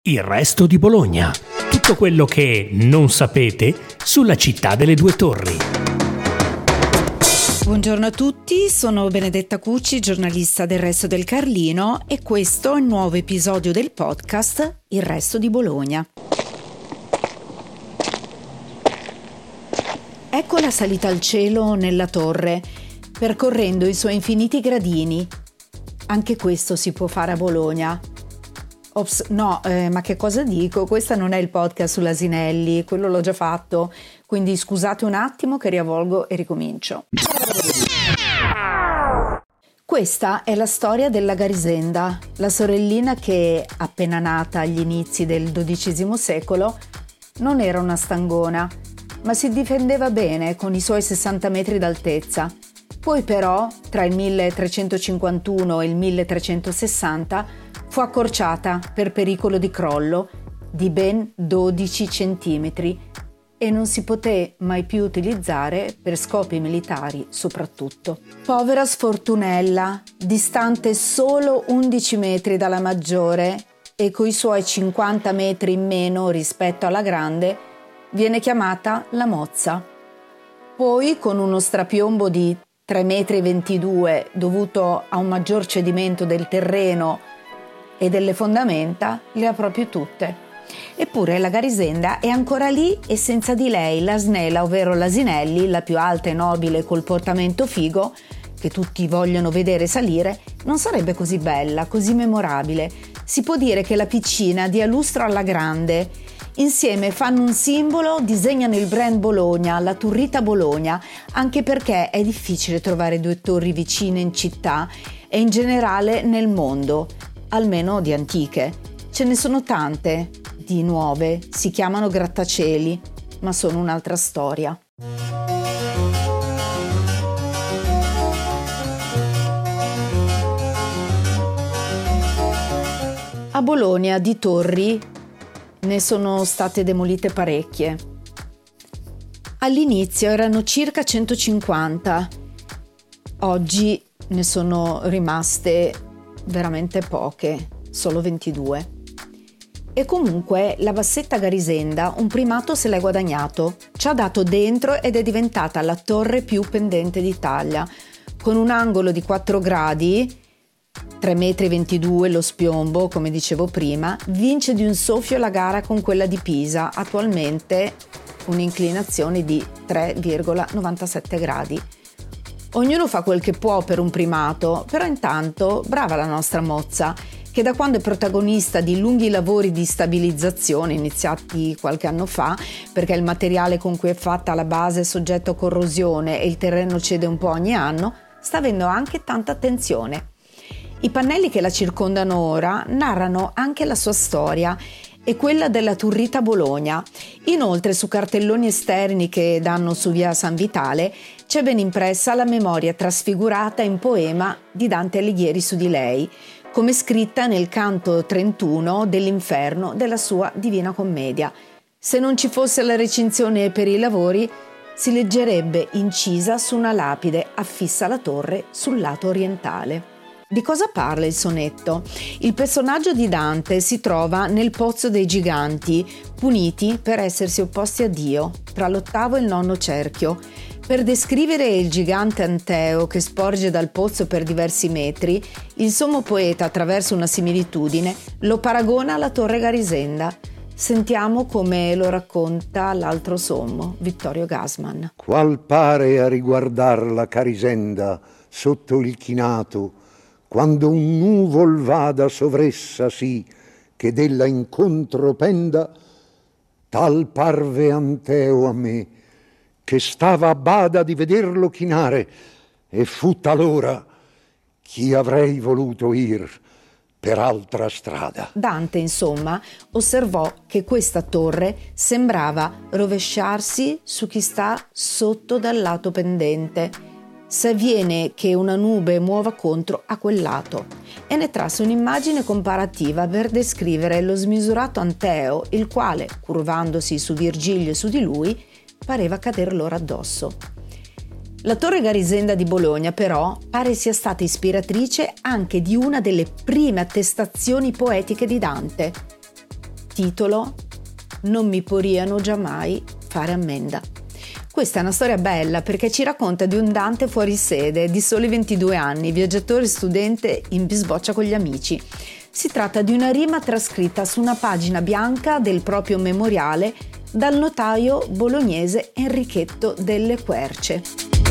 Il resto di Bologna. Tutto quello che non sapete sulla città delle due torri. Buongiorno a tutti, sono Benedetta Cucci, giornalista del Resto del Carlino, e questo è il nuovo episodio del podcast Il resto di Bologna. Ecco la salita al cielo nella torre, percorrendo i suoi infiniti gradini. Anche questo si può fare a Bologna. Ops, no, ma che cosa dico? Questo non è il podcast sull'Asinelli, quello l'ho già fatto, quindi scusate un attimo che riavvolgo e ricomincio. Questa è la storia della Garisenda, la sorellina che, appena nata agli inizi del XII secolo, non era una stangona, ma si difendeva bene con i suoi 60 metri d'altezza. Poi però, tra il 1351 e il 1360, fu accorciata per pericolo di crollo di ben 12 centimetri e non si poté mai più utilizzare per scopi militari soprattutto. Povera sfortunella, distante solo 11 metri dalla maggiore e coi suoi 50 metri in meno rispetto alla grande, viene chiamata la Mozza. Poi, con uno strapiombo di 3,22 metri dovuto a un maggior cedimento del terreno e delle fondamenta, le ha proprio tutte. Eppure la Garisenda è ancora lì e senza di lei la Snella, ovvero l'Asinelli, la più alta e nobile col portamento figo, che tutti vogliono vedere salire, non sarebbe così bella, così memorabile. Si può dire che la piccina dia lustro alla grande. Insieme fanno un simbolo, disegnano il brand Bologna, la Turrita Bologna, anche perché è difficile trovare due torri vicine in città e in generale nel mondo, almeno di antiche. Ce ne sono tante, di nuove, si chiamano grattacieli, ma sono un'altra storia. A Bologna di torri ne sono state demolite parecchie. All'inizio erano circa 150, oggi ne sono rimaste veramente poche, solo 22. E comunque la Bassetta Garisenda un primato se l'è guadagnato, ci ha dato dentro ed è diventata la torre più pendente d'Italia, con un angolo di 4 gradi, 3,22 metri lo spiombo, come dicevo prima, vince di un soffio la gara con quella di Pisa, attualmente un'inclinazione di 3,97 gradi. Ognuno fa quel che può per un primato, però intanto brava la nostra Mozza, che da quando è protagonista di lunghi lavori di stabilizzazione iniziati qualche anno fa, perché il materiale con cui è fatta la base è soggetto a corrosione e il terreno cede un po' ogni anno, sta avendo anche tanta attenzione. I pannelli che la circondano ora narrano anche la sua storia e quella della Turrita Bologna. Inoltre, su cartelloni esterni che danno su via San Vitale c'è ben impressa la memoria trasfigurata in poema di Dante Alighieri su di lei, come scritta nel canto 31 dell'Inferno della sua Divina Commedia. Se non ci fosse la recinzione per i lavori, si leggerebbe incisa su una lapide affissa alla torre sul lato orientale. Di cosa parla il sonetto? Il personaggio di Dante si trova nel pozzo dei giganti, puniti per essersi opposti a Dio, tra l'ottavo e il nono cerchio. Per descrivere il gigante Anteo che sporge dal pozzo per diversi metri, il sommo poeta, attraverso una similitudine, lo paragona alla torre Garisenda. Sentiamo come lo racconta l'altro sommo, Vittorio Gassman. Qual pare a riguardar la Garisenda sotto il chinato, quando un nuvol vada sovressa sì, che della incontro penda, tal parve Anteo a me, che stava a bada di vederlo chinare, e fu talora chi avrei voluto ir per altra strada. Dante, insomma, osservò che questa torre sembrava rovesciarsi su chi sta sotto dal lato pendente, se avviene che una nube muova contro a quel lato, e ne trasse un'immagine comparativa per descrivere lo smisurato Anteo, il quale, curvandosi su Virgilio e su di lui, pareva cader loro addosso. La torre Garisenda di Bologna, però, pare sia stata ispiratrice anche di una delle prime attestazioni poetiche di Dante. titolo Non mi poriano giammai fare ammenda. Questa è una storia bella perché ci racconta di un Dante fuori sede, di soli 22 anni, viaggiatore studente in bisboccia con gli amici. Si tratta di una rima trascritta su una pagina bianca del proprio memoriale dal notaio bolognese Enrichetto delle Querce.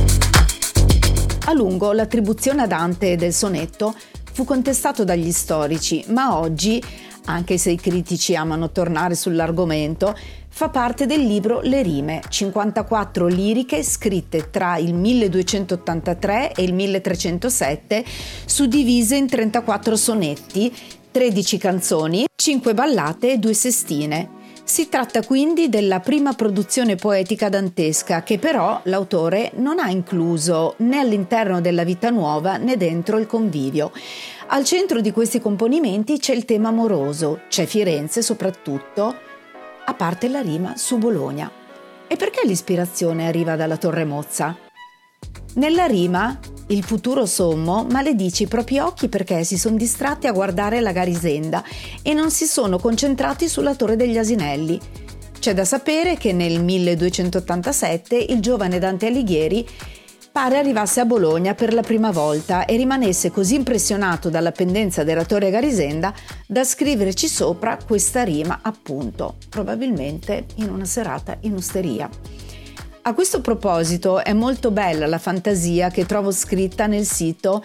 A lungo l'attribuzione a Dante del sonetto fu contestato dagli storici, ma oggi, anche se i critici amano tornare sull'argomento, fa parte del libro Le Rime, 54 liriche scritte tra il 1283 e il 1307, suddivise in 34 sonetti, 13 canzoni, 5 ballate e 2 sestine. Si tratta quindi della prima produzione poetica dantesca che però l'autore non ha incluso né all'interno della Vita Nuova né dentro il Convivio. Al centro di questi componimenti c'è il tema amoroso, c'è Firenze soprattutto, a parte la rima su Bologna. E perché l'ispirazione arriva dalla Torre Mozza? Nella rima il futuro sommo maledice i propri occhi perché si sono distratti a guardare la Garisenda e non si sono concentrati sulla Torre degli Asinelli. C'è da sapere che nel 1287 il giovane Dante Alighieri pare arrivasse a Bologna per la prima volta e rimanesse così impressionato dalla pendenza della Torre Garisenda da scriverci sopra questa rima, appunto, probabilmente in una serata in osteria. A questo proposito è molto bella la fantasia che trovo scritta nel sito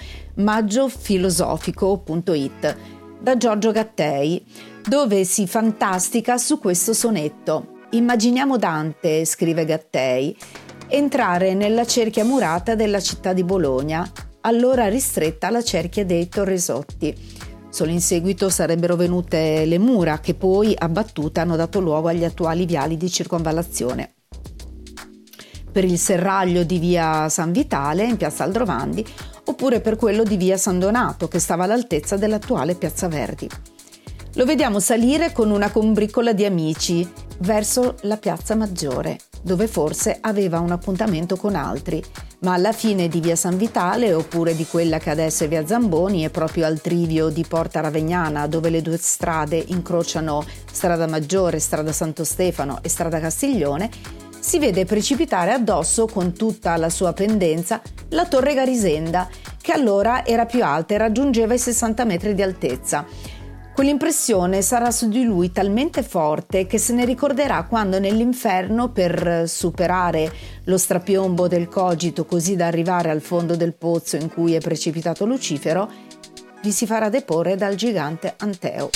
maggiofilosofico.it da Giorgio Gattei, dove si fantastica su questo sonetto. Immaginiamo Dante, scrive Gattei, entrare nella cerchia murata della città di Bologna, allora ristretta alla cerchia dei Torresotti. Solo in seguito sarebbero venute le mura che poi, abbattute, hanno dato luogo agli attuali viali di circonvallazione. Per il serraglio di via San Vitale in piazza Aldrovandi oppure per quello di via San Donato che stava all'altezza dell'attuale piazza Verdi. Lo vediamo salire con una combriccola di amici verso la piazza Maggiore, dove forse aveva un appuntamento con altri, ma alla fine di via San Vitale oppure di quella che adesso è via Zamboni e proprio al trivio di Porta Ravegnana dove le due strade incrociano strada Maggiore, strada Santo Stefano e strada Castiglione, si vede precipitare addosso con tutta la sua pendenza la Torre Garisenda, che allora era più alta e raggiungeva i 60 metri di altezza. Quell'impressione sarà su di lui talmente forte che se ne ricorderà quando nell'inferno, per superare lo strapiombo del cogito così da arrivare al fondo del pozzo in cui è precipitato Lucifero, vi si farà deporre dal gigante Anteo.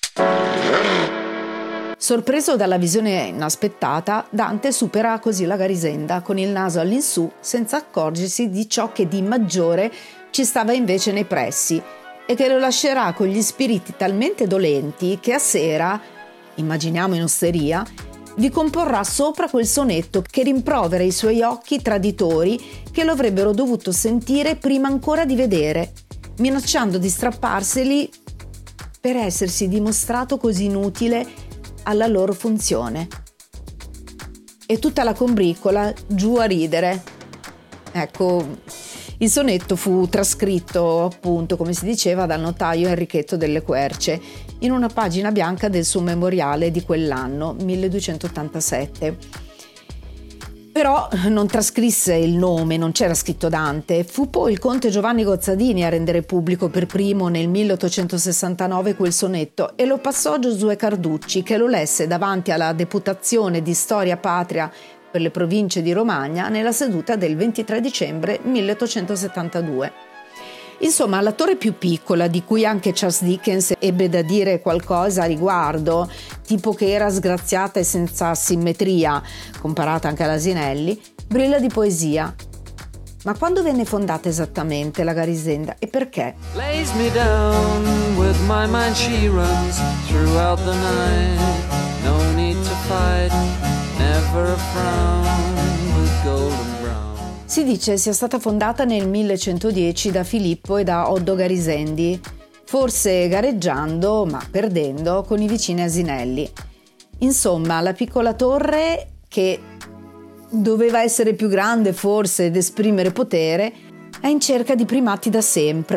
Sorpreso dalla visione inaspettata, Dante supera così la Garisenda con il naso all'insù senza accorgersi di ciò che di maggiore ci stava invece nei pressi e che lo lascerà con gli spiriti talmente dolenti che a sera, immaginiamo in osteria, vi comporrà sopra quel sonetto che rimprovera i suoi occhi traditori che lo avrebbero dovuto sentire prima ancora di vedere, minacciando di strapparseli per essersi dimostrato così inutile alla loro funzione. E tutta la combriccola giù a ridere. Ecco, il sonetto fu trascritto, appunto, come si diceva, dal notaio Enrichetto delle Querce in una pagina bianca del suo memoriale di quell'anno, 1287. Però non trascrisse il nome, non c'era scritto Dante. Fu poi il conte Giovanni Gozzadini a rendere pubblico per primo nel 1869 quel sonetto e lo passò a Giosuè Carducci, che lo lesse davanti alla deputazione di Storia Patria per le province di Romagna nella seduta del 23 dicembre 1872. Insomma, la torre più piccola, di cui anche Charles Dickens ebbe da dire qualcosa a riguardo, tipo che era sgraziata e senza simmetria, comparata anche all'Asinelli, brilla di poesia. Ma quando venne fondata esattamente la Garisenda e perché? Lays me down with my mind she runs throughout the night. No need to fight, never a frown with golden brown. Si dice sia stata fondata nel 1110 da Filippo e da Oddo Garisendi, forse gareggiando, ma perdendo, con i vicini Asinelli. Insomma, la piccola torre, che doveva essere più grande forse ed esprimere potere, è in cerca di primati da sempre.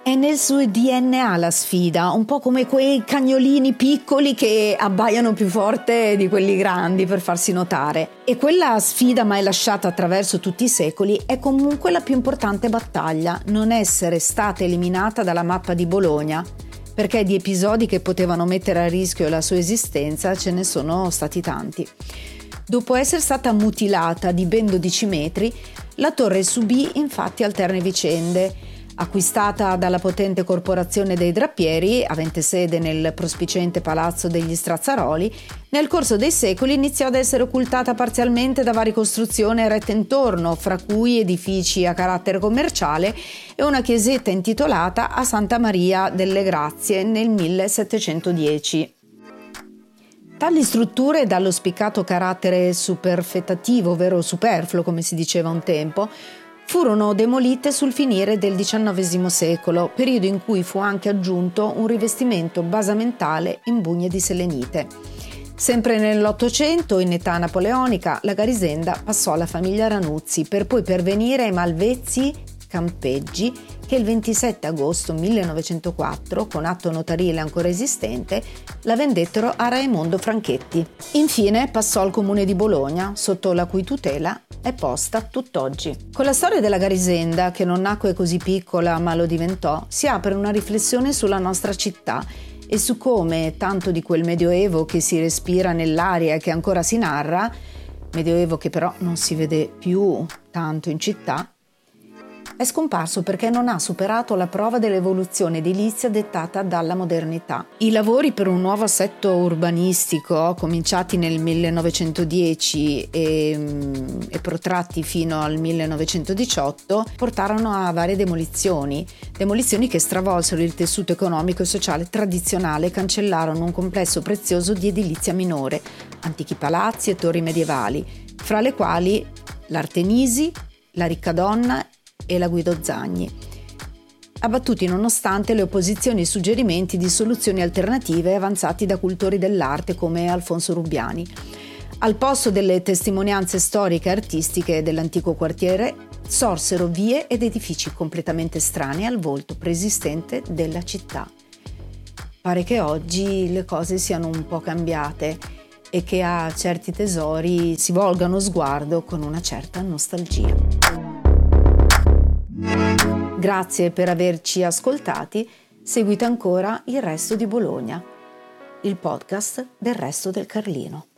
È nel suo DNA la sfida, un po' come quei cagnolini piccoli che abbaiano più forte di quelli grandi per farsi notare. E quella sfida mai lasciata attraverso tutti i secoli è comunque la più importante battaglia, non essere stata eliminata dalla mappa di Bologna, perché di episodi che potevano mettere a rischio la sua esistenza ce ne sono stati tanti. Dopo essere stata mutilata di ben 12 metri, la torre subì infatti alterne vicende. Acquistata dalla potente corporazione dei drappieri, avente sede nel prospicente palazzo degli Strazzaroli, nel corso dei secoli iniziò ad essere occultata parzialmente da varie costruzioni erette intorno, fra cui edifici a carattere commerciale e una chiesetta intitolata a Santa Maria delle Grazie nel 1710. Tali strutture, dallo spiccato carattere superfettativo, ovvero superfluo come si diceva un tempo, furono demolite sul finire del XIX secolo, periodo in cui fu anche aggiunto un rivestimento basamentale in bugne di selenite. Sempre nell'Ottocento, in età napoleonica, la Garisenda passò alla famiglia Ranuzzi, per poi pervenire ai Malvezzi Campeggi, che il 27 agosto 1904, con atto notarile ancora esistente, la vendettero a Raimondo Franchetti. Infine passò al comune di Bologna, sotto la cui tutela è posta tutt'oggi. Con la storia della Garisenda, che non nacque così piccola ma lo diventò, si apre una riflessione sulla nostra città e su come tanto di quel medioevo che si respira nell'aria e che ancora si narra, medioevo che però non si vede più tanto in città, è scomparso perché non ha superato la prova dell'evoluzione edilizia dettata dalla modernità. I lavori per un nuovo assetto urbanistico, cominciati nel 1910 e protratti fino al 1918, portarono a varie demolizioni che stravolsero il tessuto economico e sociale tradizionale e cancellarono un complesso prezioso di edilizia minore, antichi palazzi e torri medievali, fra le quali l'Artemisi, la Riccadonna e la Guido Zagni, abbattuti nonostante le opposizioni e i suggerimenti di soluzioni alternative avanzati da cultori dell'arte come Alfonso Rubbiani. Al posto delle testimonianze storiche e artistiche dell'antico quartiere sorsero vie ed edifici completamente estranei al volto preesistente della città. Pare che oggi le cose siano un po' cambiate e che a certi tesori si volga uno sguardo con una certa nostalgia. Grazie per averci ascoltati, seguite ancora Il Resto di Bologna, il podcast del Resto del Carlino.